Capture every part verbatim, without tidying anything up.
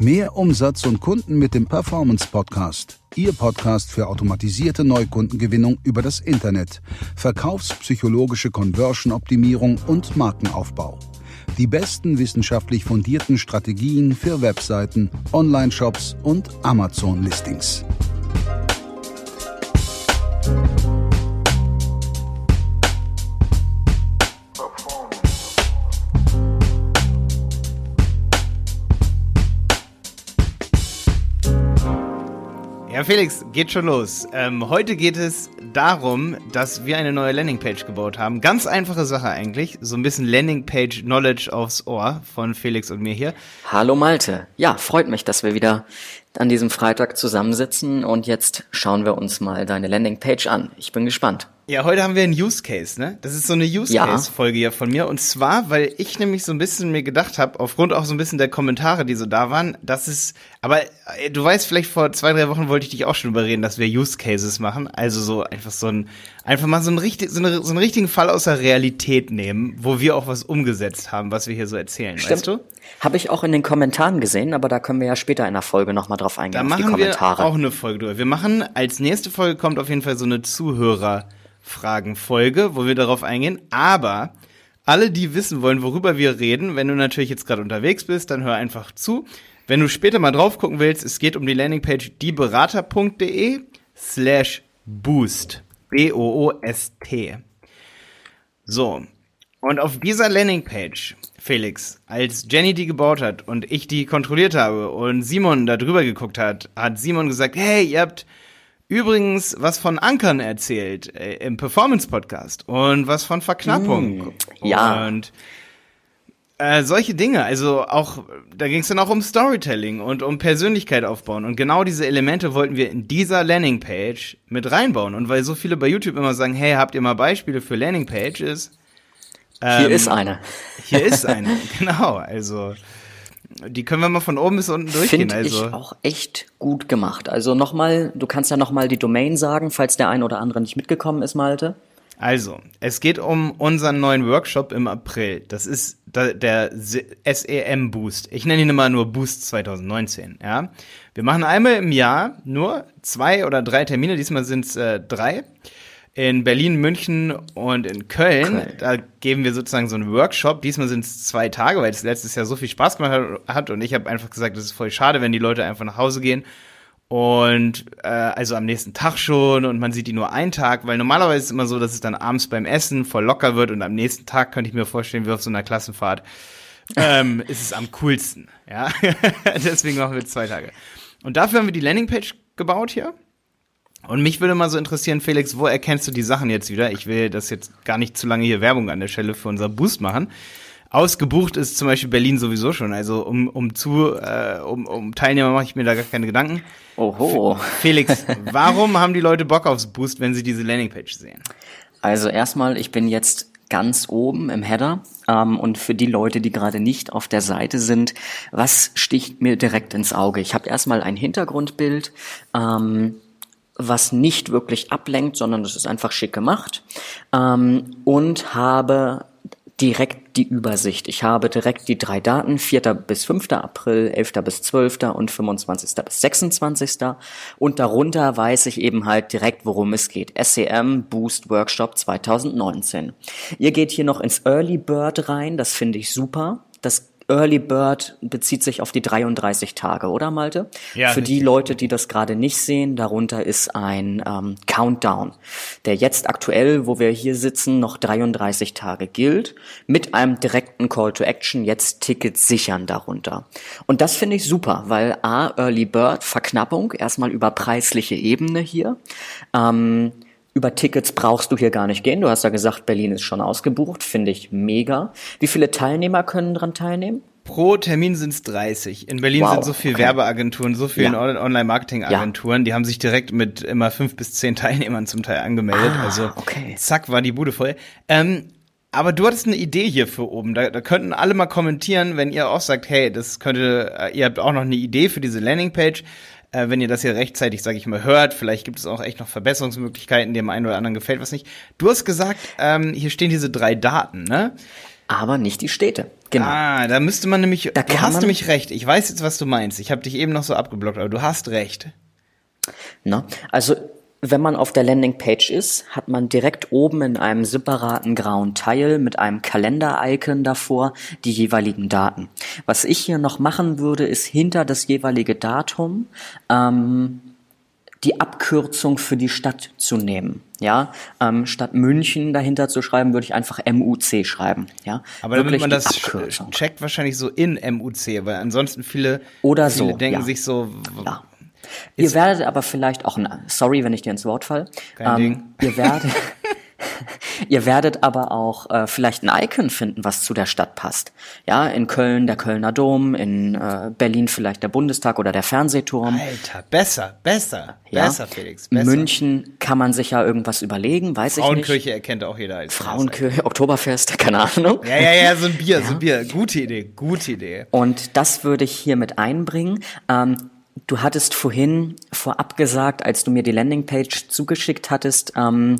Mehr Umsatz und Kunden mit dem Performance Podcast. Ihr Podcast für automatisierte Neukundengewinnung über das Internet, verkaufspsychologische Conversion-Optimierung und Markenaufbau. Die besten wissenschaftlich fundierten Strategien für Webseiten, Online-Shops und Amazon-Listings. Ja, Felix, geht schon los. Ähm, heute geht es darum, dass wir eine neue Landingpage gebaut haben. Ganz einfache Sache eigentlich. So ein bisschen Landingpage-Knowledge aufs Ohr von Felix und mir hier. Hallo Malte. Ja, freut mich, dass wir wieder an diesem Freitag zusammensitzen und jetzt schauen wir uns mal deine Landingpage an. Ich bin gespannt. Ja, heute haben wir einen Use Case, ne? Das ist so eine Use Case-Folge hier von mir. Und zwar, weil ich nämlich so ein bisschen mir gedacht habe, aufgrund auch so ein bisschen der Kommentare, die so da waren, dass es, aber äh, du weißt, vielleicht vor zwei, drei Wochen wollte ich dich auch schon überreden, dass wir Use Cases machen. Also so einfach so ein, einfach mal so, ein richtig, so, eine, so einen richtigen Fall aus der Realität nehmen, wo wir auch was umgesetzt haben, was wir hier so erzählen, Stimmt. Weißt du? Habe ich auch in den Kommentaren gesehen, aber da können wir ja später in der Folge nochmal drauf eingehen, da auf machen die Kommentare. Wir auch eine Folge durch. Wir machen, als nächste Folge kommt auf jeden Fall so eine Zuhörer- Fragenfolge, wo wir darauf eingehen, aber alle, die wissen wollen, worüber wir reden, wenn du natürlich jetzt gerade unterwegs bist, dann hör einfach zu. Wenn du später mal drauf gucken willst, es geht um die Landingpage dieberater.de slash boost, B O O S T. So, und auf dieser Landingpage, Felix, als Jenny die gebaut hat und ich die kontrolliert habe und Simon da drüber geguckt hat, hat Simon gesagt, hey, ihr habt übrigens was von Ankern erzählt äh, im Performance-Podcast und was von Verknappung. Mm, ja. Und äh, solche Dinge. Also auch, da ging es dann auch um Storytelling und um Persönlichkeit aufbauen. Und genau diese Elemente wollten wir in dieser Landingpage mit reinbauen. Und weil so viele bei YouTube immer sagen, hey, habt ihr mal Beispiele für Landingpages? Ähm, hier ist eine. Hier ist eine, genau. Also die können wir mal von oben bis unten durchgehen. Finde also. ich auch echt gut gemacht. Also nochmal, du kannst ja nochmal die Domain sagen, falls der ein oder andere nicht mitgekommen ist, Malte. Also, es geht um unseren neuen Workshop im April. Das ist der S E M-Boost. Ich nenne ihn immer nur Boost zwanzig neunzehn. Ja? Wir machen einmal im Jahr nur zwei oder drei Termine. Diesmal sind es äh, drei. In Berlin, München und in Köln, Köln, da geben wir sozusagen so einen Workshop. Diesmal sind es zwei Tage, weil es letztes Jahr so viel Spaß gemacht hat. Und ich habe einfach gesagt, das ist voll schade, wenn die Leute einfach nach Hause gehen. Und äh, also am nächsten Tag schon und man sieht die nur einen Tag. Weil normalerweise ist es immer so, dass es dann abends beim Essen voll locker wird. Und am nächsten Tag könnte ich mir vorstellen, wie auf so einer Klassenfahrt, ähm, ist es am coolsten. Ja, deswegen machen wir zwei Tage. Und dafür haben wir die Landingpage gebaut hier. Und mich würde mal so interessieren, Felix, wo erkennst du die Sachen jetzt wieder? Ich will das jetzt gar nicht zu lange hier Werbung an der Stelle für unser Boost machen. Ausgebucht ist zum Beispiel Berlin sowieso schon. Also um um zu äh, um, um Teilnehmer mache ich mir da gar keine Gedanken. Oho. Felix, warum haben die Leute Bock aufs Boost, wenn sie diese Landingpage sehen? Also erstmal, ich bin jetzt ganz oben im Header. Ähm, und für die Leute, die gerade nicht auf der Seite sind, was sticht mir direkt ins Auge? Ich habe erstmal ein Hintergrundbild, ähm, was nicht wirklich ablenkt, sondern das ist einfach schick gemacht, ähm, und habe direkt die Übersicht. Ich habe direkt die drei Daten, vierter bis fünfter April, elfter bis zwölfter und fünfundzwanzigster bis sechsundzwanzigster Und darunter weiß ich eben halt direkt, worum es geht. S E M Boost Workshop zwanzig neunzehn. Ihr geht hier noch ins Early Bird rein, das finde ich super. Das Early Bird bezieht sich auf die dreiunddreißig Tage, oder Malte? Ja, Für richtig. die Leute, die das gerade nicht sehen, darunter ist ein ähm, Countdown, der jetzt aktuell, wo wir hier sitzen, noch dreiunddreißig Tage gilt, mit einem direkten Call to Action, jetzt Tickets sichern darunter. Und das finde ich super, weil A, Early Bird, Verknappung, erstmal über preisliche Ebene hier, ähm, über Tickets brauchst du hier gar nicht gehen. Du hast ja gesagt, Berlin ist schon ausgebucht. Finde ich mega. Wie viele Teilnehmer können dran teilnehmen? Pro Termin sind es dreißig. In Berlin Wow, sind so viele okay. Werbeagenturen, so viele Ja. Online-Marketing-Agenturen, die haben sich direkt mit immer fünf bis zehn Teilnehmern zum Teil angemeldet. Ah, also okay. zack, war die Bude voll. Ähm, aber du hattest eine Idee hier für oben. Da, da könnten alle mal kommentieren, wenn ihr auch sagt, hey, das könnte, äh, ihr habt auch noch eine Idee für diese Landingpage. Äh, wenn ihr das hier rechtzeitig, sage ich mal, hört, vielleicht gibt es auch echt noch Verbesserungsmöglichkeiten, dem einen oder anderen gefällt was nicht. Du hast gesagt, ähm, hier stehen diese drei Daten, ne? Aber nicht die Städte. Genau. Ah, da müsste man nämlich, Da du kann hast man- nämlich recht. Ich weiß jetzt, was du meinst. Ich habe dich eben noch so abgeblockt, aber du hast recht. Ne? Also wenn man auf der Landingpage ist, hat man direkt oben in einem separaten grauen Teil mit einem Kalender-Icon davor die jeweiligen Daten. Was ich hier noch machen würde, ist hinter das jeweilige Datum ähm, die Abkürzung für die Stadt zu nehmen. Ja, ähm, statt München dahinter zu schreiben, würde ich einfach M U C schreiben. Ja, Aber damit man die das Abkürzung. checkt, wahrscheinlich so in M U C, weil ansonsten viele, Oder viele so, denken ja. sich so, Ja. Ihr werdet aber vielleicht auch, sorry, wenn ich dir ins Wort falle, Kein Ding. ihr werdet, ihr werdet aber auch äh, vielleicht ein Icon finden, was zu der Stadt passt. Ja, in Köln der Kölner Dom, in äh, Berlin vielleicht der Bundestag oder der Fernsehturm. Alter, besser, besser, Ja. besser, Felix, besser. München kann man sich ja irgendwas überlegen, weiß ich nicht. Frauenkirche erkennt auch jeder als Frauenkirche, Oktoberfest, keine Ahnung. Ja, ja, ja, so ein Bier, so ein Bier. Gute Idee, gute Idee. Und das würde ich hier mit einbringen. Ähm, du hattest vorhin vorab gesagt, als du mir die Landingpage zugeschickt hattest, ähm,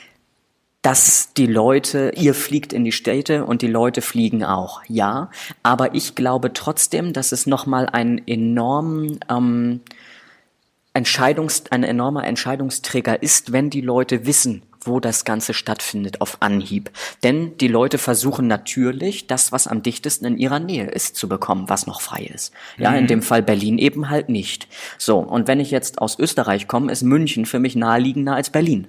dass die Leute, ihr fliegt in die Städte und die Leute fliegen auch. Ja, aber ich glaube trotzdem, dass es nochmal einen enormen ähm, Entscheidungs, ein enormer Entscheidungsträger ist, wenn die Leute wissen, wo das Ganze stattfindet, auf Anhieb. Denn die Leute versuchen natürlich, das, was am dichtesten in ihrer Nähe ist, zu bekommen, was noch frei ist. Ja, in dem Fall Berlin eben halt nicht. So, und wenn ich jetzt aus Österreich komme, ist München für mich naheliegender als Berlin.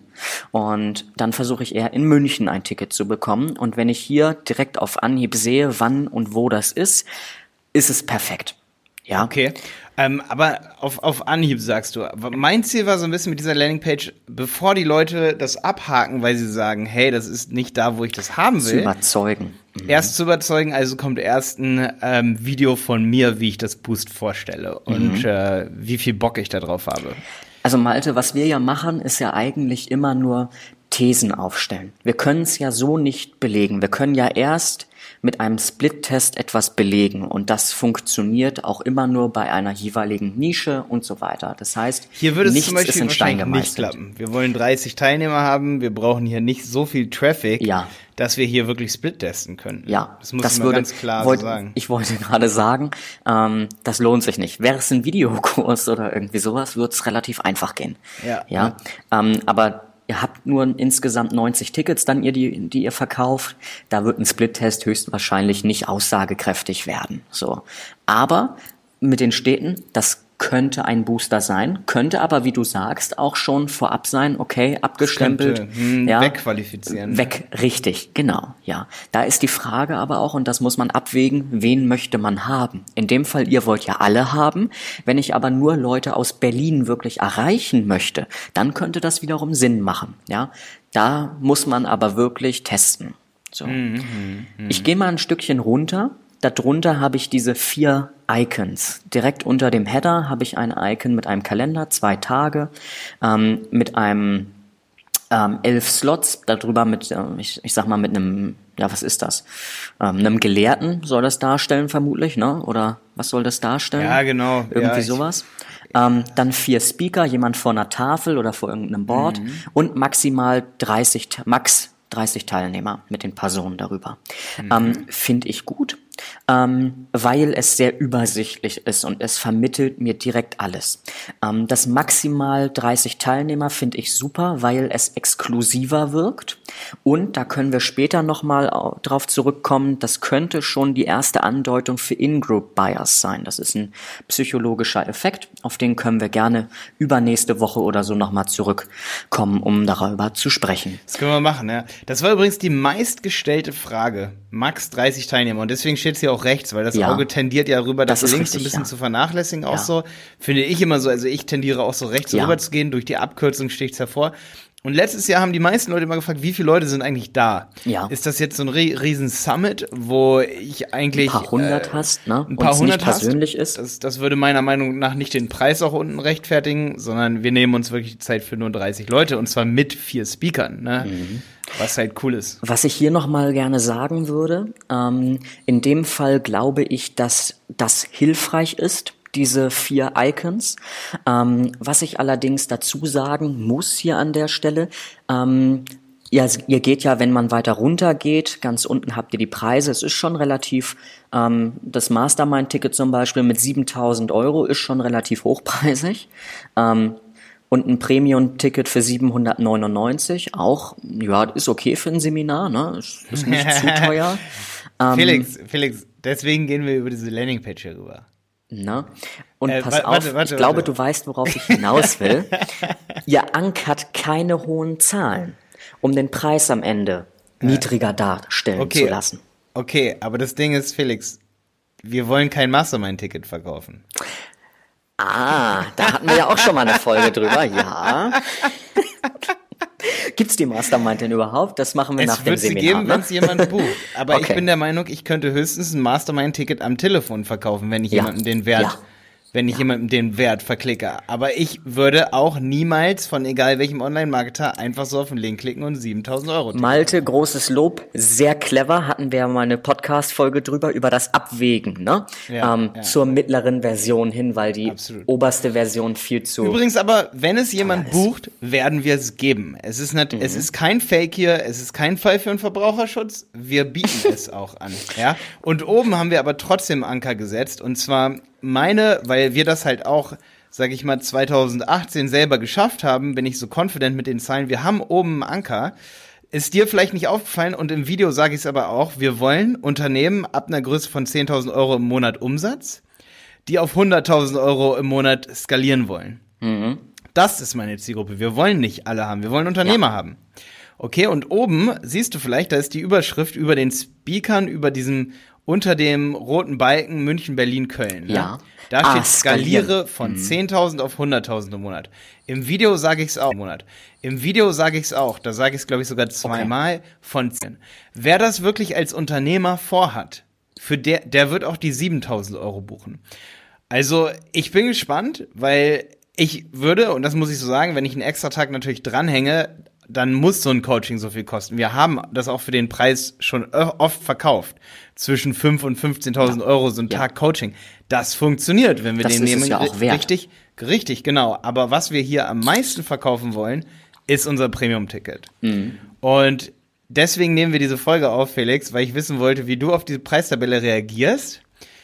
Und dann versuche ich eher in München ein Ticket zu bekommen. Und wenn ich hier direkt auf Anhieb sehe, wann und wo das ist, ist es perfekt. Ja. Okay. Ähm, aber auf, auf Anhieb sagst du, mein Ziel war so ein bisschen mit dieser Landingpage, bevor die Leute das abhaken, weil sie sagen, hey, das ist nicht da, wo ich das haben Zu will. überzeugen. Mhm. Erst zu überzeugen, also kommt erst ein ähm, Video von mir, wie ich das Boost vorstelle und Mhm. äh, wie viel Bock ich da drauf habe. Also Malte, was wir ja machen, ist ja eigentlich immer nur Thesen aufstellen. Wir können es ja so nicht belegen. Wir können ja erst mit einem Split-Test etwas belegen und das funktioniert auch immer nur bei einer jeweiligen Nische und so weiter. Das heißt, Hier würde es nichts zum Beispiel ist in Stein wahrscheinlich nicht gemeißelt. klappen. Wir wollen dreißig Teilnehmer haben, wir brauchen hier nicht so viel Traffic, Ja. dass wir hier wirklich Split testen können. Ja, das muss das man würde, ganz klar wollt, so sagen. Ich wollte gerade sagen, ähm, das lohnt sich nicht. Wäre es ein Videokurs oder irgendwie sowas, würde es relativ einfach gehen. Ja. ja? Ähm, aber ihr habt nur insgesamt neunzig Tickets, dann ihr die, die ihr verkauft. Da wird ein Split-Test höchstwahrscheinlich nicht aussagekräftig werden. So, aber mit den Städten, das könnte ein Booster sein, könnte aber, wie du sagst, auch schon vorab sein, okay, abgestempelt. Könnte, hm, ja, wegqualifizieren. Weg, richtig, genau, ja. Da ist die Frage aber auch, und das muss man abwägen, wen möchte man haben? In dem Fall, ihr wollt ja alle haben. Wenn ich aber nur Leute aus Berlin wirklich erreichen möchte, dann könnte das wiederum Sinn machen, ja. Da muss man aber wirklich testen. So. Mhm, Ich gehe mal ein Stückchen runter. Darunter habe ich diese vier Icons. Direkt unter dem Header habe ich ein Icon mit einem Kalender, zwei Tage, ähm, mit einem ähm, elf Slots, darüber mit, äh, ich, ich sag mal mit einem, ja, was ist das? Ähm, einem Gelehrten soll das darstellen vermutlich, ne? Oder was soll das darstellen? Ja, genau. Irgendwie Ja, ich- sowas. Ähm, dann vier Speaker, jemand vor einer Tafel oder vor irgendeinem Board Mhm. und maximal dreißig, max dreißig Teilnehmer mit den Personen darüber. Mhm. Ähm, finde ich gut, ähm, weil es sehr übersichtlich ist und es vermittelt mir direkt alles. Ähm, das maximal dreißig Teilnehmer finde ich super, weil es exklusiver wirkt und da können wir später nochmal drauf zurückkommen, das könnte schon die erste Andeutung für In-Group-Bias sein. Das ist ein psychologischer Effekt, auf den können wir gerne übernächste Woche oder so nochmal zurückkommen, um darüber zu sprechen. Das können wir machen, ja. Das war übrigens die meistgestellte Frage. Max dreißig Teilnehmer. Und deswegen steht es hier auch rechts, weil das Ja. Auge tendiert ja rüber, das, Das ist links ein richtig, bisschen ja. zu vernachlässigen. Auch Ja. so, finde ich immer so. Also ich tendiere auch so rechts Ja. rüber zu gehen. Durch die Abkürzung sticht es hervor. Und letztes Jahr haben die meisten Leute immer gefragt, wie viele Leute sind eigentlich da? Ja. Ist das jetzt so ein rie- riesen Summit, wo ich eigentlich Ein paar hundert äh, hast, ne? ein paar Wenn's hundert nicht persönlich hast? ist. Das, das würde meiner Meinung nach nicht den Preis auch unten rechtfertigen, sondern wir nehmen uns wirklich die Zeit für nur dreißig Leute und zwar mit vier Speakern, ne? Mhm. Was halt cool ist. Was ich hier nochmal gerne sagen würde, ähm, in dem Fall glaube ich, dass das hilfreich ist, diese vier Icons. Ähm, was ich allerdings dazu sagen muss hier an der Stelle, ähm, Ja, ihr geht ja, wenn man weiter runter geht, ganz unten habt ihr die Preise. Es ist schon relativ, ähm, das Mastermind-Ticket zum Beispiel mit siebentausend Euro ist schon relativ hochpreisig. Ähm, und ein Premium-Ticket für siebenhundertneunundneunzig, auch, ja, ist okay für ein Seminar, ne? Ist, ist nicht zu teuer. Ähm, Felix, Felix, deswegen gehen wir über diese Landingpage hier rüber. Na? Und Äh, pass warte, auf, warte, warte, ich glaube, warte. du weißt, worauf ich hinaus will. Ihr ankert keine hohen Zahlen, um den Preis am Ende niedriger darstellen Okay. zu lassen. Okay, aber das Ding ist, Felix, wir wollen kein Mastermind-Ticket verkaufen. Ah, da hatten wir ja auch schon mal eine Folge drüber, ja. Gibt's die Mastermind denn überhaupt? Das machen wir nach Es dem wird sie Seminar, geben, ne? wenn es jemand bucht. Aber Okay. ich bin der Meinung, ich könnte höchstens ein Mastermind-Ticket am Telefon verkaufen, wenn ich Ja. jemandem den Wert, Ja. wenn ich jemandem den Wert verklicke. Aber ich würde auch niemals von egal welchem Online-Marketer einfach so auf den Link klicken und siebentausend Euro. Malte, großes Lob, sehr clever, hatten wir ja mal eine Podcast-Folge drüber, über das Abwägen, ne? Ja, ähm, ja. Zur mittleren Version hin, weil die Absolut. oberste Version viel zu... Übrigens aber, wenn es jemand ist. bucht, werden wir es geben. Es ist nicht, es ist kein Fake hier, es ist kein Fall für den Verbraucherschutz. Wir bieten es auch an, ja. Und oben haben wir aber trotzdem Anker gesetzt, und zwar meine, weil wir das halt auch, sag ich mal, zweitausendachtzehn selber geschafft haben, bin ich so confident mit den Zahlen. Wir haben oben einen Anker. Ist dir vielleicht nicht aufgefallen, und im Video sage ich es aber auch, wir wollen Unternehmen ab einer Größe von zehntausend Euro im Monat Umsatz, die auf hunderttausend Euro im Monat skalieren wollen. Mhm. Das ist meine Zielgruppe. Wir wollen nicht alle haben, wir wollen Unternehmer Ja. haben. Okay, und oben siehst du vielleicht, da ist die Überschrift über den Speakern, über diesem, unter dem roten Balken München, Berlin, Köln. Ne? Ja. Da Ah, steht skaliere skalieren. von zehntausend auf hunderttausend im Monat. Im Video sage ich es auch im Monat. Im Video sage ich es auch, da sage ich es glaube ich sogar zweimal, von zehn. Wer das wirklich als Unternehmer vorhat, für der, der wird auch die siebentausend Euro buchen. Also ich bin gespannt, weil ich würde, und das muss ich so sagen, wenn ich einen extra Tag natürlich dranhänge, dann muss so ein Coaching so viel kosten. Wir haben das auch für den Preis schon oft verkauft. Zwischen fünftausend und fünfzehntausend Euro so ein Ja. Tag Coaching. Das funktioniert, wenn wir Das den ist es nehmen. ja auch wert. Richtig, richtig, genau. Aber was wir hier am meisten verkaufen wollen, ist unser Premium-Ticket. Mhm. Und deswegen nehmen wir diese Folge auf, Felix, weil ich wissen wollte, wie du auf diese Preistabelle reagierst.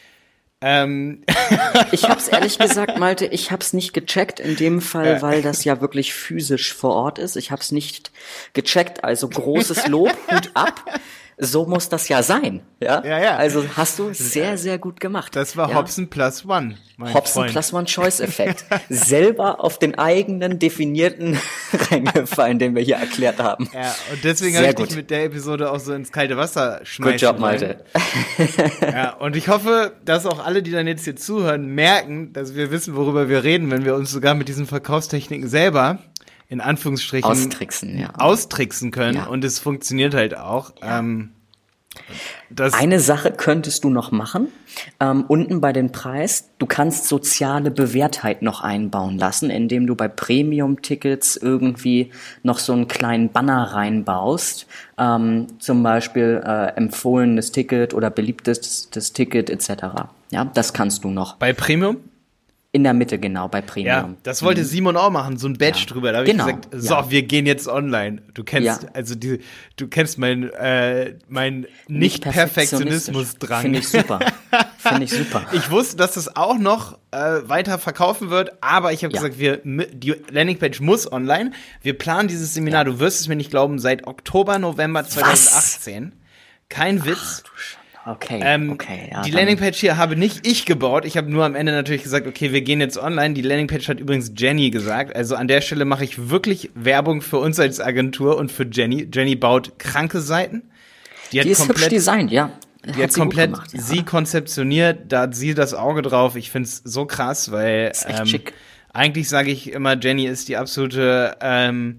Ähm, Ich hab's ehrlich gesagt, Malte, ich hab's nicht gecheckt in dem Fall, Ja. weil das ja wirklich physisch vor Ort ist. Ich hab's nicht gecheckt, also großes Lob, Hut ab. So muss das ja sein, ja? Ja, ja. Also hast du sehr, sehr gut gemacht. das war ja? Hobson plus one, mein Hobson Freund. plus one Choice Effekt. Selber auf den eigenen definierten reingefallen, den wir hier erklärt haben. Ja, und deswegen Sehr habe ich gut. dich mit der Episode auch so ins kalte Wasser schmeißen Good job, wollen. Malte. Ja, und ich hoffe, dass auch alle, die dann jetzt hier zuhören, merken, dass wir wissen, worüber wir reden, wenn wir uns sogar mit diesen Verkaufstechniken selber in Anführungsstrichen Austricksen, ja. austricksen können. Ja. Und es funktioniert halt auch. Ähm, das Eine Sache könntest du noch machen, ähm, unten bei dem Preis, du kannst soziale Bewährtheit noch einbauen lassen, indem du bei Premium-Tickets irgendwie noch so einen kleinen Banner reinbaust, ähm, zum Beispiel äh, empfohlenes Ticket oder beliebtes das Ticket et cetera. Ja, das kannst du noch. bei Premium? In der Mitte, genau, bei Ja, Premium. das wollte Simon auch machen, so ein Badge Ja. drüber. Da habe Genau, ich gesagt, so, ja. wir gehen jetzt online. Du kennst, Ja. also die, du kennst mein, äh, mein Nicht-Perfektionismus-Drang. Finde ich super. Finde ich super. Ich wusste, dass das auch noch äh, weiter verkaufen wird, aber ich habe Ja. gesagt, wir, die Landingpage muss online. Wir planen dieses Seminar, du wirst es mir nicht glauben, seit Oktober, November zweitausendachtzehn. Kein Witz. Okay, Ähm, okay. Ja, die dann- Landingpage hier habe nicht ich gebaut. Ich habe nur am Ende natürlich gesagt, okay, wir gehen jetzt online. Die Landingpage hat übrigens Jenny gesagt. Also an der Stelle mache ich wirklich Werbung für uns als Agentur und für Jenny. Jenny baut kranke Seiten. Die hat Die ist hübsch komplett, designt, ja. die hat sie gut komplett gemacht, ja. sie konzeptioniert. Da hat sie das Auge drauf. Ich find's so krass, weil Ist echt ähm, schick. eigentlich sage ich immer, Jenny ist die absolute ähm,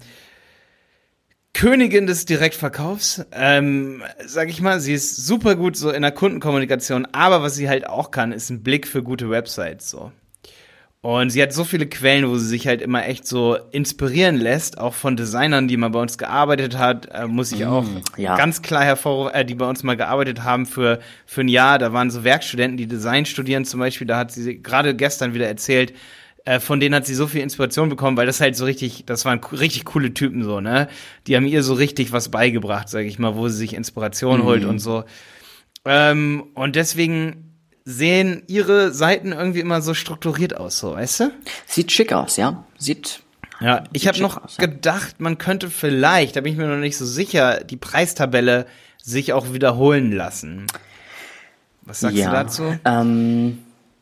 Königin des Direktverkaufs, ähm, sag ich mal, sie ist super gut so in der Kundenkommunikation, aber was sie halt auch kann, ist ein Blick für gute Websites, so. Und sie hat so viele Quellen, wo sie sich halt immer echt so inspirieren lässt, auch von Designern, die mal bei uns gearbeitet hat, äh, muss ich auch ja. ganz klar hervorrufen, äh, die bei uns mal gearbeitet haben für, für ein Jahr, da waren so Werkstudenten, die Design studieren zum Beispiel, da hat sie gerade gestern wieder erzählt, Äh, von denen hat sie so viel Inspiration bekommen, weil das halt so richtig, das waren richtig coole Typen so, ne? Die haben ihr so richtig was beigebracht, sag ich mal, wo sie sich Inspiration mhm. holt und so. Ähm, und deswegen sehen ihre Seiten irgendwie immer so strukturiert aus, so, weißt du? Sieht schick aus, ja. Sieht Ja, ich habe noch aus, ja. gedacht, man könnte vielleicht, da bin ich mir noch nicht so sicher, die Preistabelle sich auch wiederholen lassen. Was sagst ja, du dazu? Ähm,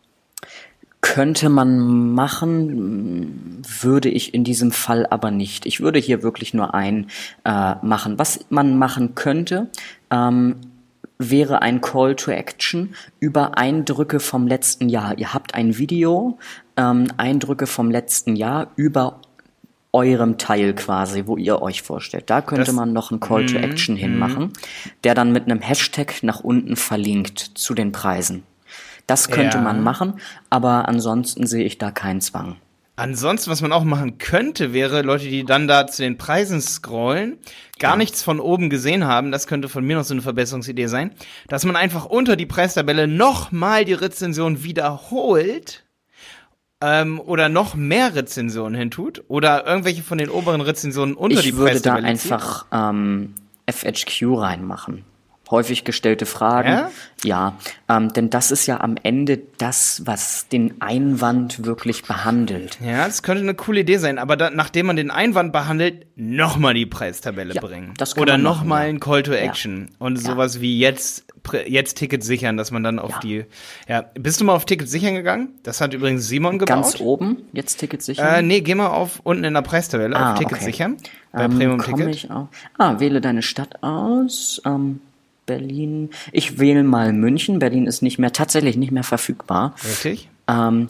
könnte man machen, würde ich in diesem Fall aber nicht. Ich würde hier wirklich nur ein äh, machen. Was man machen könnte, ähm, wäre ein Call to Action über Eindrücke vom letzten Jahr. Ihr habt ein Video, ähm, Eindrücke vom letzten Jahr über eurem Teil quasi, wo ihr euch vorstellt. Da könnte das, man noch einen Call to Action mm, hinmachen, mm. der dann mit einem Hashtag nach unten verlinkt zu den Preisen. Das könnte ja. man machen, aber ansonsten sehe ich da keinen Zwang. Ansonsten, was man auch machen könnte, wäre, Leute, die dann da zu den Preisen scrollen, gar ja. nichts von oben gesehen haben, das könnte von mir noch so eine Verbesserungsidee sein, dass man einfach unter die Preistabelle nochmal die Rezension wiederholt, ähm, oder noch mehr Rezensionen hintut, oder irgendwelche von den oberen Rezensionen unter ich die Preistabelle Ich würde da einfach ähm, F H Q reinmachen. Häufig gestellte Fragen. Ja, ja ähm, denn das ist ja am Ende das, was den Einwand wirklich behandelt. Ja, das könnte eine coole Idee sein, aber da, nachdem man den Einwand behandelt, nochmal die Preistabelle ja, bringen. Das kann Oder nochmal ja. ein Call to Action. Ja. Und ja. sowas wie jetzt, jetzt Tickets sichern, dass man dann auf ja. die... Ja, bist du mal auf Tickets sichern gegangen? Das hat übrigens Simon gebaut. Ganz oben, jetzt Tickets sichern? Äh, nee, geh mal auf unten in der Preistabelle, ah, auf Tickets okay. sichern. Bei ähm, Premium komm Ticket. Ich auf. Ah, wähle deine Stadt aus. Ähm, Berlin. Ich wähle mal München. Berlin ist nicht mehr, tatsächlich nicht mehr verfügbar. Richtig. Ähm,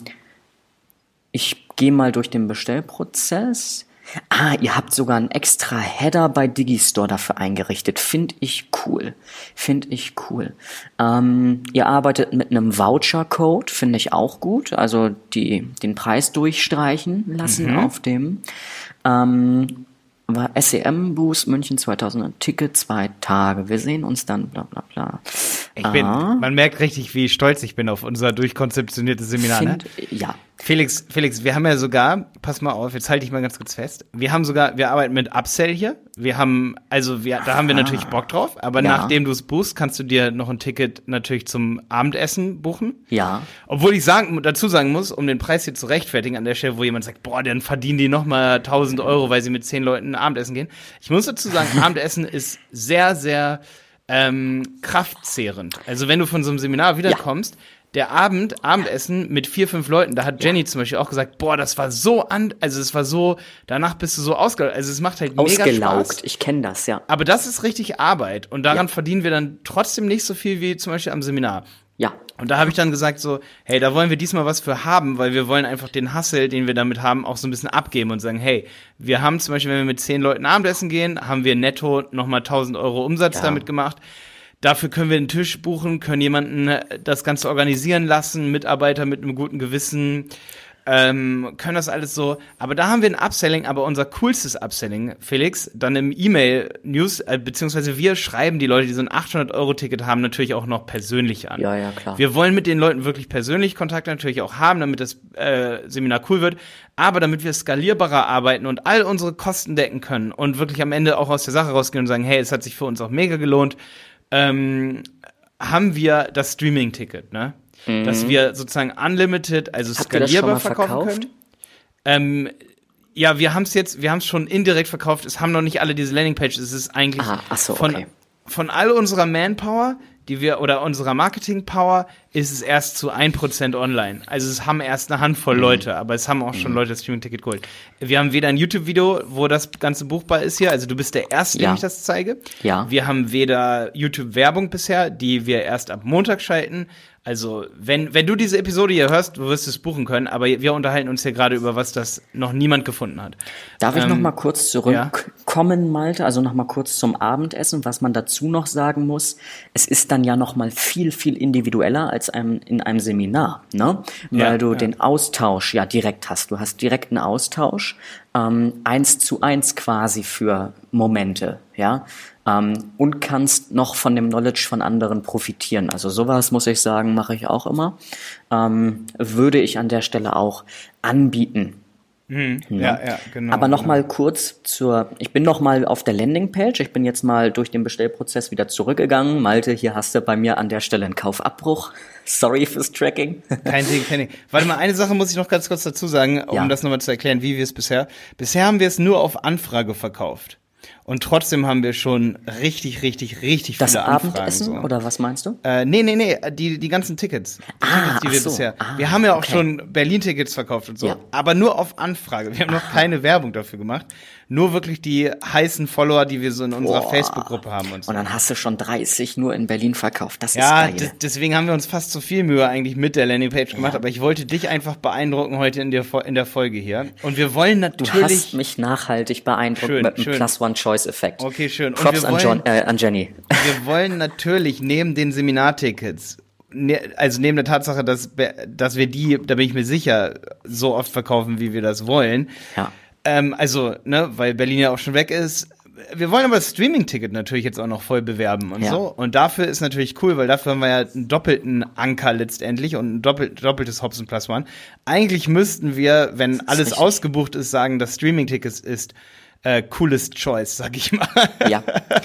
ich gehe mal durch den Bestellprozess. Ah, ihr habt sogar einen extra Header bei Digistore dafür eingerichtet. Finde ich cool. Finde ich cool. Ähm, ihr arbeitet mit einem Voucher-Code. Finde ich auch gut. Also die, den Preis durchstreichen lassen mhm. auf dem. Ähm, war S E M-Boost München zweitausend, Ticket zwei Tage. Wir sehen uns dann, bla bla bla. Ich bin, ah. Man merkt richtig, wie stolz ich bin auf unser durchkonzeptioniertes Seminar. Find, ne? Ja. Felix, Felix, wir haben ja sogar, pass mal auf, jetzt halte ich mal ganz kurz fest. Wir haben sogar, wir arbeiten mit Upsell hier. Wir haben, also wir, da haben wir natürlich Bock drauf, aber ja. nachdem du es buchst, kannst du dir noch ein Ticket natürlich zum Abendessen buchen. Ja. Obwohl ich sagen, dazu sagen muss, um den Preis hier zu rechtfertigen, an der Stelle, wo jemand sagt, boah, dann verdienen die nochmal tausend Euro, weil sie mit zehn Leuten Abendessen gehen. Ich muss dazu sagen, Abendessen ist sehr, sehr ähm, kraftzehrend. Also wenn du von so einem Seminar wiederkommst, ja. der Abend, Abendessen mit vier, fünf Leuten, da hat Jenny ja. zum Beispiel auch gesagt, boah, das war so an, also es war so, danach bist du so ausgelaugt, also es macht halt mega Ausgelaugt, Spaß. Ich kenne das, ja. Aber das ist richtig Arbeit und daran ja. verdienen wir dann trotzdem nicht so viel wie zum Beispiel am Seminar. Ja. Und da habe ich dann gesagt so, hey, da wollen wir diesmal was für haben, weil wir wollen einfach den Hustle, den wir damit haben, auch so ein bisschen abgeben und sagen, hey, wir haben zum Beispiel, wenn wir mit zehn Leuten Abendessen gehen, haben wir netto nochmal tausend Euro Umsatz ja. damit gemacht. Dafür können wir einen Tisch buchen, können jemanden das Ganze organisieren lassen, Mitarbeiter mit einem guten Gewissen, ähm, können das alles so. Aber da haben wir ein Upselling, aber unser coolstes Upselling, Felix, dann im E-Mail-News, äh, beziehungsweise wir schreiben die Leute, die so ein achthundert-Euro-Ticket haben, natürlich auch noch persönlich an. Ja, ja, klar. Wir wollen mit den Leuten wirklich persönlich Kontakt natürlich auch haben, damit das äh, Seminar cool wird, aber damit wir skalierbarer arbeiten und all unsere Kosten decken können und wirklich am Ende auch aus der Sache rausgehen und sagen, hey, es hat sich für uns auch mega gelohnt, ähm, haben wir das Streaming-Ticket, ne? Mhm. Dass wir sozusagen unlimited, also Habt skalierbar verkaufen verkauft? können. Ähm, ja, wir haben es jetzt, wir haben es schon indirekt verkauft. Es haben noch nicht alle diese Landingpage. Es ist eigentlich Aha, ach so, von okay. von all unserer Manpower, die wir oder unserer Marketing-Power, ist es erst zu ein Prozent online. Also es haben erst eine Handvoll mhm. Leute, aber es haben auch schon mhm. Leute das Streaming-Ticket geholt. Wir haben weder ein YouTube-Video, wo das Ganze buchbar ist hier, also du bist der Erste, ja. dem ich das zeige. Ja. Wir haben weder YouTube-Werbung bisher, die wir erst ab Montag schalten. Also, wenn wenn du diese Episode hier hörst, du wirst es buchen können, aber wir unterhalten uns hier gerade über was, das noch niemand gefunden hat. Darf ich ähm, noch mal kurz zurückkommen, ja? Malte? Also noch mal kurz zum Abendessen, was man dazu noch sagen muss. Es ist dann ja noch mal viel, viel individueller als einem, in einem Seminar, ne? Weil ja, du ja. den Austausch ja direkt hast. Du hast direkten Austausch, ähm, eins zu eins quasi für Momente, ja? ähm, und kannst noch von dem Knowledge von anderen profitieren. Also sowas, muss ich sagen, mache ich auch immer. Ähm, würde ich an der Stelle auch anbieten. Mhm. Ja, ja, genau. Aber noch genau. mal kurz zur, ich bin noch mal auf der Landingpage, ich bin jetzt mal durch den Bestellprozess wieder zurückgegangen. Malte, hier hast du bei mir an der Stelle einen Kaufabbruch. Sorry fürs Tracking. Kein Ding, kein Ding. Warte mal, eine Sache muss ich noch ganz kurz dazu sagen, um ja. das nochmal zu erklären, wie wir es bisher, bisher haben wir es nur auf Anfrage verkauft. Und trotzdem haben wir schon richtig, richtig, richtig das viele Anfragen. Das Abendessen, so. Oder was meinst du? Äh, nee, nee, nee, die, die ganzen Tickets. Die ah, Tickets, die wir so. bisher. Ah, wir haben ja auch okay. schon Berlin-Tickets verkauft und so, ja. aber nur auf Anfrage. Wir haben noch keine Werbung dafür gemacht. Nur wirklich die heißen Follower, die wir so in unserer Boah. Facebook-Gruppe haben und so. Und dann hast du schon dreißig nur in Berlin verkauft. Das ja, ist geil. Ja, deswegen haben wir uns fast zu viel Mühe eigentlich mit der Landingpage gemacht, ja. aber ich wollte dich einfach beeindrucken heute in der, in der Folge hier. Und wir wollen natürlich... Du hast mich nachhaltig beeindruckt schön, mit dem schön. Plus-One-Choice-Effekt. Okay, schön. Und Props wir an, wollen, John, äh, an Jenny. Wir wollen natürlich neben den Seminartickets, also neben der Tatsache, dass, dass wir die, da bin ich mir sicher, so oft verkaufen, wie wir das wollen. Ja. Ähm, also, ne, weil Berlin ja auch schon weg ist. Wir wollen aber das Streaming-Ticket natürlich jetzt auch noch voll bewerben und ja. so. Und dafür ist natürlich cool, weil dafür haben wir ja einen doppelten Anker letztendlich und ein doppelt, doppeltes Hopsen Plus One. Eigentlich müssten wir, wenn alles richtig. ausgebucht ist, sagen, das Streaming-Ticket ist Äh, coolest choice, sag ich mal. Ja.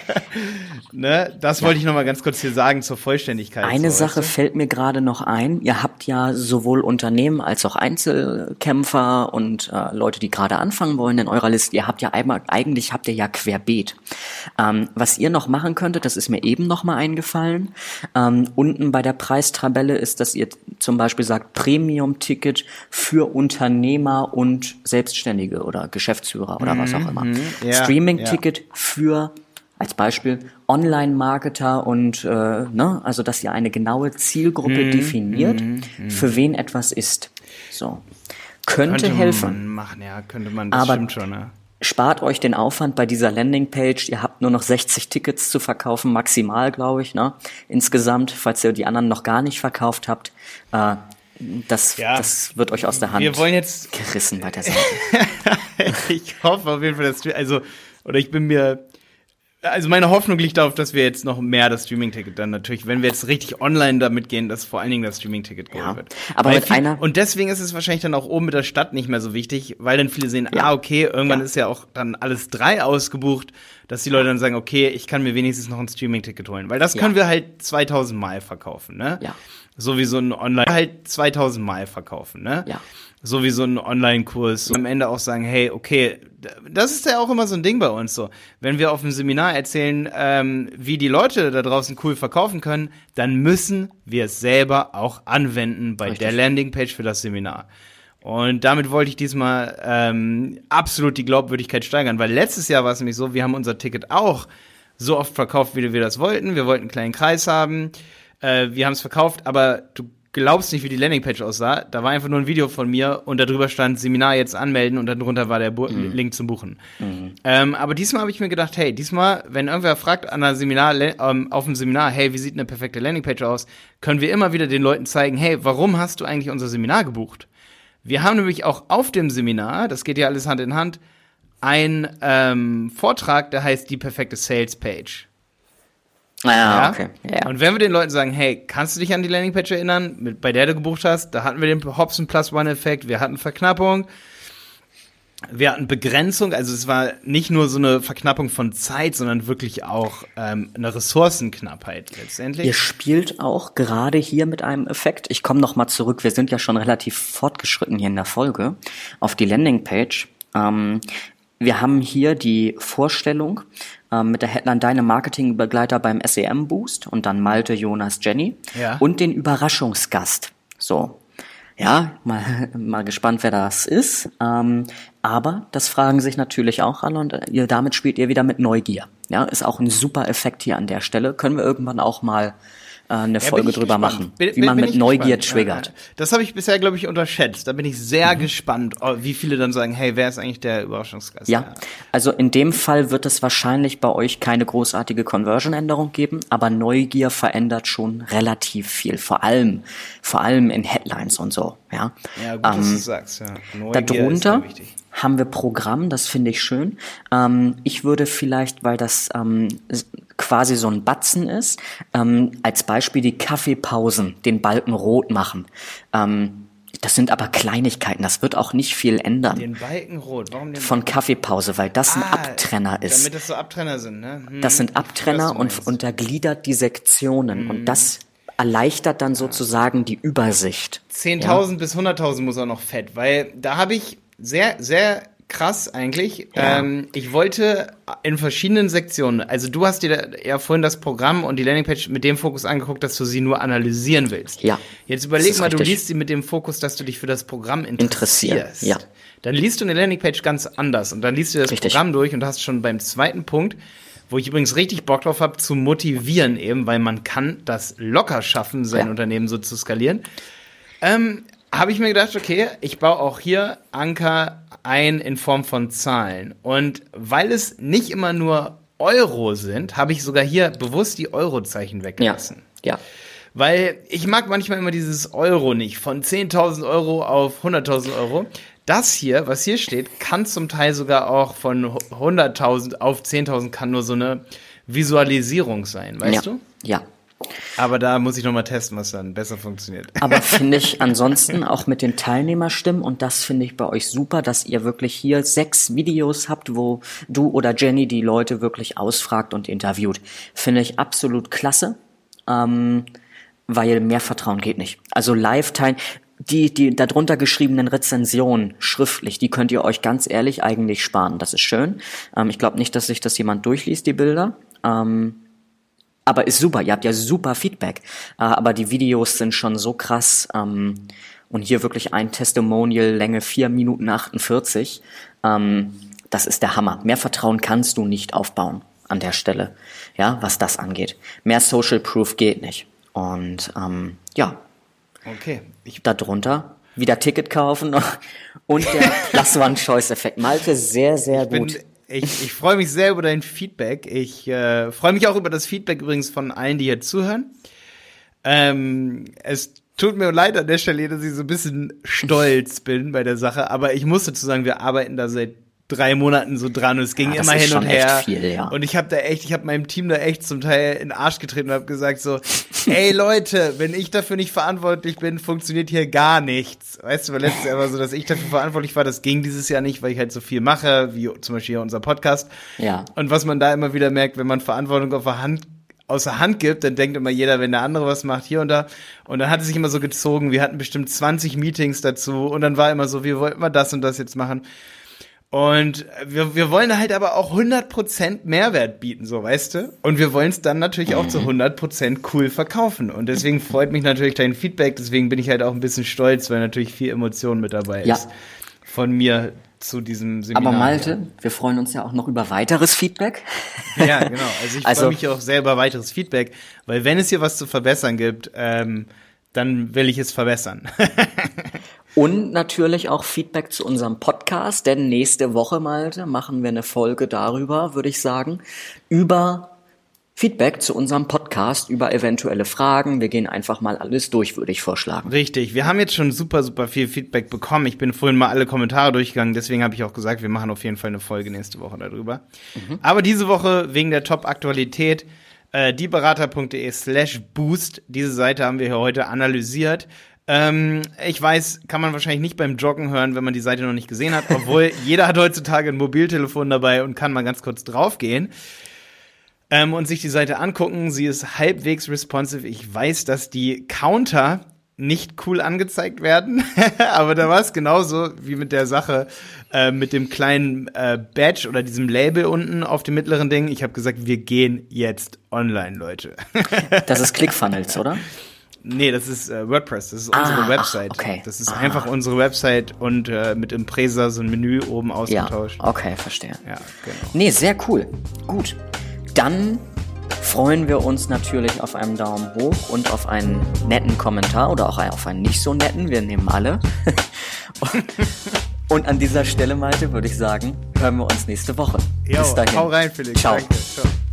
ne? Das ja. wollte ich noch mal ganz kurz hier sagen zur Vollständigkeit. Eine so, Sache weißt du? fällt mir gerade noch ein. Ihr habt ja sowohl Unternehmen als auch Einzelkämpfer und äh, Leute, die gerade anfangen wollen in eurer Liste. Ihr habt ja einmal, eigentlich habt ihr ja querbeet. Ähm, was ihr noch machen könntet, das ist mir eben noch mal eingefallen. Ähm, unten bei der Preistabelle ist, dass ihr zum Beispiel sagt Premium-Ticket für Unternehmer und Selbstständige oder Geschäftsführer oder mhm. was auch immer. Ja, Streaming-Ticket ja. für, als Beispiel, Online-Marketer und, äh, ne, also, dass ihr eine genaue Zielgruppe mm, definiert, mm, mm. für wen etwas ist. So. Könnte, könnte helfen. Man machen, ja, könnte man, das aber stimmt schon, ja. Spart euch den Aufwand bei dieser Landingpage. Ihr habt nur noch sechzig Tickets zu verkaufen, maximal, glaube ich, ne, insgesamt, falls ihr die anderen noch gar nicht verkauft habt. Äh, Das, ja. das wird euch aus der Hand wir wollen jetzt gerissen bei der Seite. Ich hoffe auf jeden Fall, dass wir, also, oder ich bin mir, also meine Hoffnung liegt darauf, dass wir jetzt noch mehr das Streaming-Ticket dann natürlich, wenn wir jetzt richtig online damit gehen, dass vor allen Dingen das Streaming-Ticket geholt ja. wird. Aber weil mit viel, einer und deswegen ist es wahrscheinlich dann auch oben mit der Stadt nicht mehr so wichtig, weil dann viele sehen, ja. ah, okay, irgendwann ja. ist ja auch dann alles drei ausgebucht, dass die Leute dann sagen, okay, ich kann mir wenigstens noch ein Streaming-Ticket holen, weil das ja. können wir halt zweitausend Mal verkaufen, ne? Ja. So wie so ein Online, halt zweitausend Mal verkaufen, ne? Ja. So wie so ein Online-Kurs. Und am Ende auch sagen, hey, okay, das ist ja auch immer so ein Ding bei uns so. Wenn wir auf dem Seminar erzählen, ähm, wie die Leute da draußen cool verkaufen können, dann müssen wir es selber auch anwenden bei Richtig. der Landingpage für das Seminar. Und damit wollte ich diesmal ähm, absolut die Glaubwürdigkeit steigern, weil letztes Jahr war es nämlich so, wir haben unser Ticket auch so oft verkauft, wie wir das wollten. Wir wollten einen kleinen Kreis haben. Äh, wir haben es verkauft, aber du glaubst nicht, wie die Landingpage aussah. Da war einfach nur ein Video von mir und darüber stand Seminar jetzt anmelden und darunter war der Bu- mhm. Link zum Buchen. Mhm. Ähm, aber diesmal habe ich mir gedacht, hey, diesmal, wenn irgendwer fragt an einer Seminar, ähm, auf dem Seminar, hey, wie sieht eine perfekte Landingpage aus, können wir immer wieder den Leuten zeigen, hey, warum hast du eigentlich unser Seminar gebucht? Wir haben nämlich auch auf dem Seminar, das geht ja alles Hand in Hand, ein ähm, Vortrag, der heißt die perfekte Sales Page. Ah, ja, okay. Ja. Und wenn wir den Leuten sagen, hey, kannst du dich an die Landingpage erinnern, mit, bei der du gebucht hast, da hatten wir den Hobson Plus One Effekt, wir hatten Verknappung, wir hatten Begrenzung, also es war nicht nur so eine Verknappung von Zeit, sondern wirklich auch ähm, eine Ressourcenknappheit letztendlich. Ihr spielt auch gerade hier mit einem Effekt, ich komme nochmal zurück, wir sind ja schon relativ fortgeschritten hier in der Folge, auf die Landingpage. Ähm, wir haben hier die Vorstellung ähm, mit der Headline Deine Marketingbegleiter beim S E M-Boost und dann Malte, Jonas, Jenny ja. und den Überraschungsgast. So, ja, mal, mal gespannt, wer das ist. Ähm, aber das fragen sich natürlich auch alle und ihr, damit spielt ihr wieder mit Neugier. Ja, ist auch ein super Effekt hier an der Stelle. Können wir irgendwann auch mal äh, eine Ja, Folge bin ich drüber gespannt. machen, Bin- wie bin- man bin mit ich Neugier gespannt. triggert. Ja, ja. Das habe ich bisher, glaube ich, unterschätzt. Da bin ich sehr mhm. gespannt, wie viele dann sagen, hey, wer ist eigentlich der Überraschungsgast? Ja, also in dem Fall wird es wahrscheinlich bei euch keine großartige Conversion-Änderung geben, aber Neugier verändert schon relativ viel, vor allem, vor allem in Headlines und so, ja. Ja, gut, dass ähm, du sagst, ja. Neugier darunter ist sehr wichtig. haben wir Programm, das finde ich schön. Ähm, ich würde vielleicht, weil das ähm, quasi so ein Batzen ist, ähm, als Beispiel die Kaffeepausen, den Balken rot machen. Ähm, das sind aber Kleinigkeiten, das wird auch nicht viel ändern. Den Balken rot, warum den Von Kaffeepause, weil das ein Ah, Abtrenner ist. Damit das so Abtrenner sind, ne? Hm, Das sind ich weiß, Abtrenner was du und meinst. untergliedert die Sektionen Mhm. und das erleichtert dann sozusagen die Übersicht. zehntausend bis hunderttausend muss auch noch fett, weil da habe ich sehr, sehr krass eigentlich. Ja. Ähm, ich wollte in verschiedenen Sektionen, also du hast dir da ja vorhin das Programm und die Landingpage mit dem Fokus angeguckt, dass du sie nur analysieren willst. Ja. Jetzt Das überleg ist mal, du richtig. liest sie mit dem Fokus, dass du dich für das Programm Interessiert, interessierst. ja. Dann liest du eine Landingpage ganz anders und dann liest du das Richtig. Programm durch und hast schon beim zweiten Punkt, wo ich übrigens richtig Bock drauf habe, zu motivieren eben, weil man kann das locker schaffen, sein Ja. Unternehmen so zu skalieren. Ähm, habe ich mir gedacht, okay, ich baue auch hier Anker ein in Form von Zahlen. Und weil es nicht immer nur Euro sind, habe ich sogar hier bewusst die Eurozeichen Ja, weggelassen. ja. Weil ich mag manchmal immer dieses Euro nicht, von zehntausend Euro auf hunderttausend Euro. Das hier, was hier steht, kann zum Teil sogar auch von hunderttausend auf zehntausend kann nur so eine Visualisierung sein, weißt ja. du? Ja. Aber da muss ich nochmal testen, was dann besser funktioniert. Aber finde ich ansonsten auch mit den Teilnehmerstimmen, und das finde ich bei euch super, dass ihr wirklich hier sechs Videos habt, wo du oder Jenny die Leute wirklich ausfragt und interviewt. Finde ich absolut klasse, ähm, weil mehr Vertrauen geht nicht. Also live teilen, die, die darunter geschriebenen Rezensionen schriftlich, die könnt ihr euch ganz ehrlich eigentlich sparen. Das ist schön. Ähm, ich glaube nicht, dass sich das jemand durchliest, die Bilder. Ähm, Aber ist super, ihr habt ja super Feedback. Äh, aber die Videos sind schon so krass. Ähm, und hier wirklich ein Testimonial, Länge vier Minuten achtundvierzig. Ähm, das ist der Hammer. Mehr Vertrauen kannst du nicht aufbauen an der Stelle, ja, was das angeht. Mehr Social Proof geht nicht. Und ähm, ja, Okay. Ich, darunter wieder Ticket kaufen und der Plus One Choice Effekt. Malte, sehr, sehr ich bin, gut. ich, ich freue mich sehr über dein Feedback. Ich äh, freue mich auch über das Feedback übrigens von allen, die hier zuhören. Ähm, es tut mir leid an der Stelle, dass ich so ein bisschen stolz bin bei der Sache, aber ich muss dazu sagen, wir arbeiten da seit drei Monaten so dran und es ging Ja, das immer ist hin und schon echt her. viel, ja. Und ich habe da echt, ich habe meinem Team da echt zum Teil in den Arsch getreten und habe gesagt so, ey Leute, wenn ich dafür nicht verantwortlich bin, funktioniert hier gar nichts. Weißt du, weil letztes Jahr war so, dass ich dafür verantwortlich war, das ging dieses Jahr nicht, weil ich halt so viel mache, wie zum Beispiel hier unser Podcast. Ja. Und was man da immer wieder merkt, wenn man Verantwortung auf der Hand aus der Hand gibt, dann denkt immer jeder, wenn der andere was macht, hier und da. Und dann hat es sich immer so gezogen, wir hatten bestimmt zwanzig Meetings dazu und dann war immer so, wir wollten mal das und das jetzt machen. Und wir, wir wollen halt aber auch hundert Prozent Mehrwert bieten, so, weißt du? Und wir wollen es dann natürlich auch zu hundert Prozent cool verkaufen. Und deswegen freut mich natürlich dein Feedback, deswegen bin ich halt auch ein bisschen stolz, weil natürlich viel Emotion mit dabei ist. Ja. Von mir zu diesem Seminar. Aber Malte, wir freuen uns ja auch noch über weiteres Feedback. Ja, genau. Also ich Also- freue mich auch sehr über weiteres Feedback, weil wenn es hier was zu verbessern gibt, ähm, dann will ich es verbessern. Und natürlich auch Feedback zu unserem Podcast, denn nächste Woche, Malte, machen wir eine Folge darüber, würde ich sagen, über Feedback zu unserem Podcast, über eventuelle Fragen. Wir gehen einfach mal alles durch, würde ich vorschlagen. Richtig. Wir haben jetzt schon super, super viel Feedback bekommen. Ich bin vorhin mal alle Kommentare durchgegangen, deswegen habe ich auch gesagt, wir machen auf jeden Fall eine Folge nächste Woche darüber. Mhm. Aber diese Woche wegen der Top-Aktualität äh, dieberater.de slash boost. Diese Seite haben wir hier heute analysiert. Ähm, ich weiß, kann man wahrscheinlich nicht beim Joggen hören, wenn man die Seite noch nicht gesehen hat, obwohl jeder hat heutzutage ein Mobiltelefon dabei und kann mal ganz kurz draufgehen ähm, und sich die Seite angucken. Sie ist halbwegs responsive. Ich weiß, dass die Counter nicht cool angezeigt werden, aber da war es genauso wie mit der Sache äh, mit dem kleinen äh, Badge oder diesem Label unten auf dem mittleren Ding. Ich habe gesagt, wir gehen jetzt online, Leute. Das ist ClickFunnels, oder? Nee, das ist äh, WordPress, das ist Ah, unsere ach, Website. okay. Das ist Ah. einfach unsere Website und äh, mit Impresa so ein Menü oben Ja, ausgetauscht. okay, verstehe. Ja, genau. Nee, sehr cool. Gut. Dann freuen wir uns natürlich auf einen Daumen hoch und auf einen netten Kommentar oder auch auf einen nicht so netten. Wir nehmen alle. Und an dieser Stelle, Malte, würde ich sagen, hören wir uns nächste Woche. Jo, bis dahin. Hau rein, Felix. Ciao. Danke. Ciao.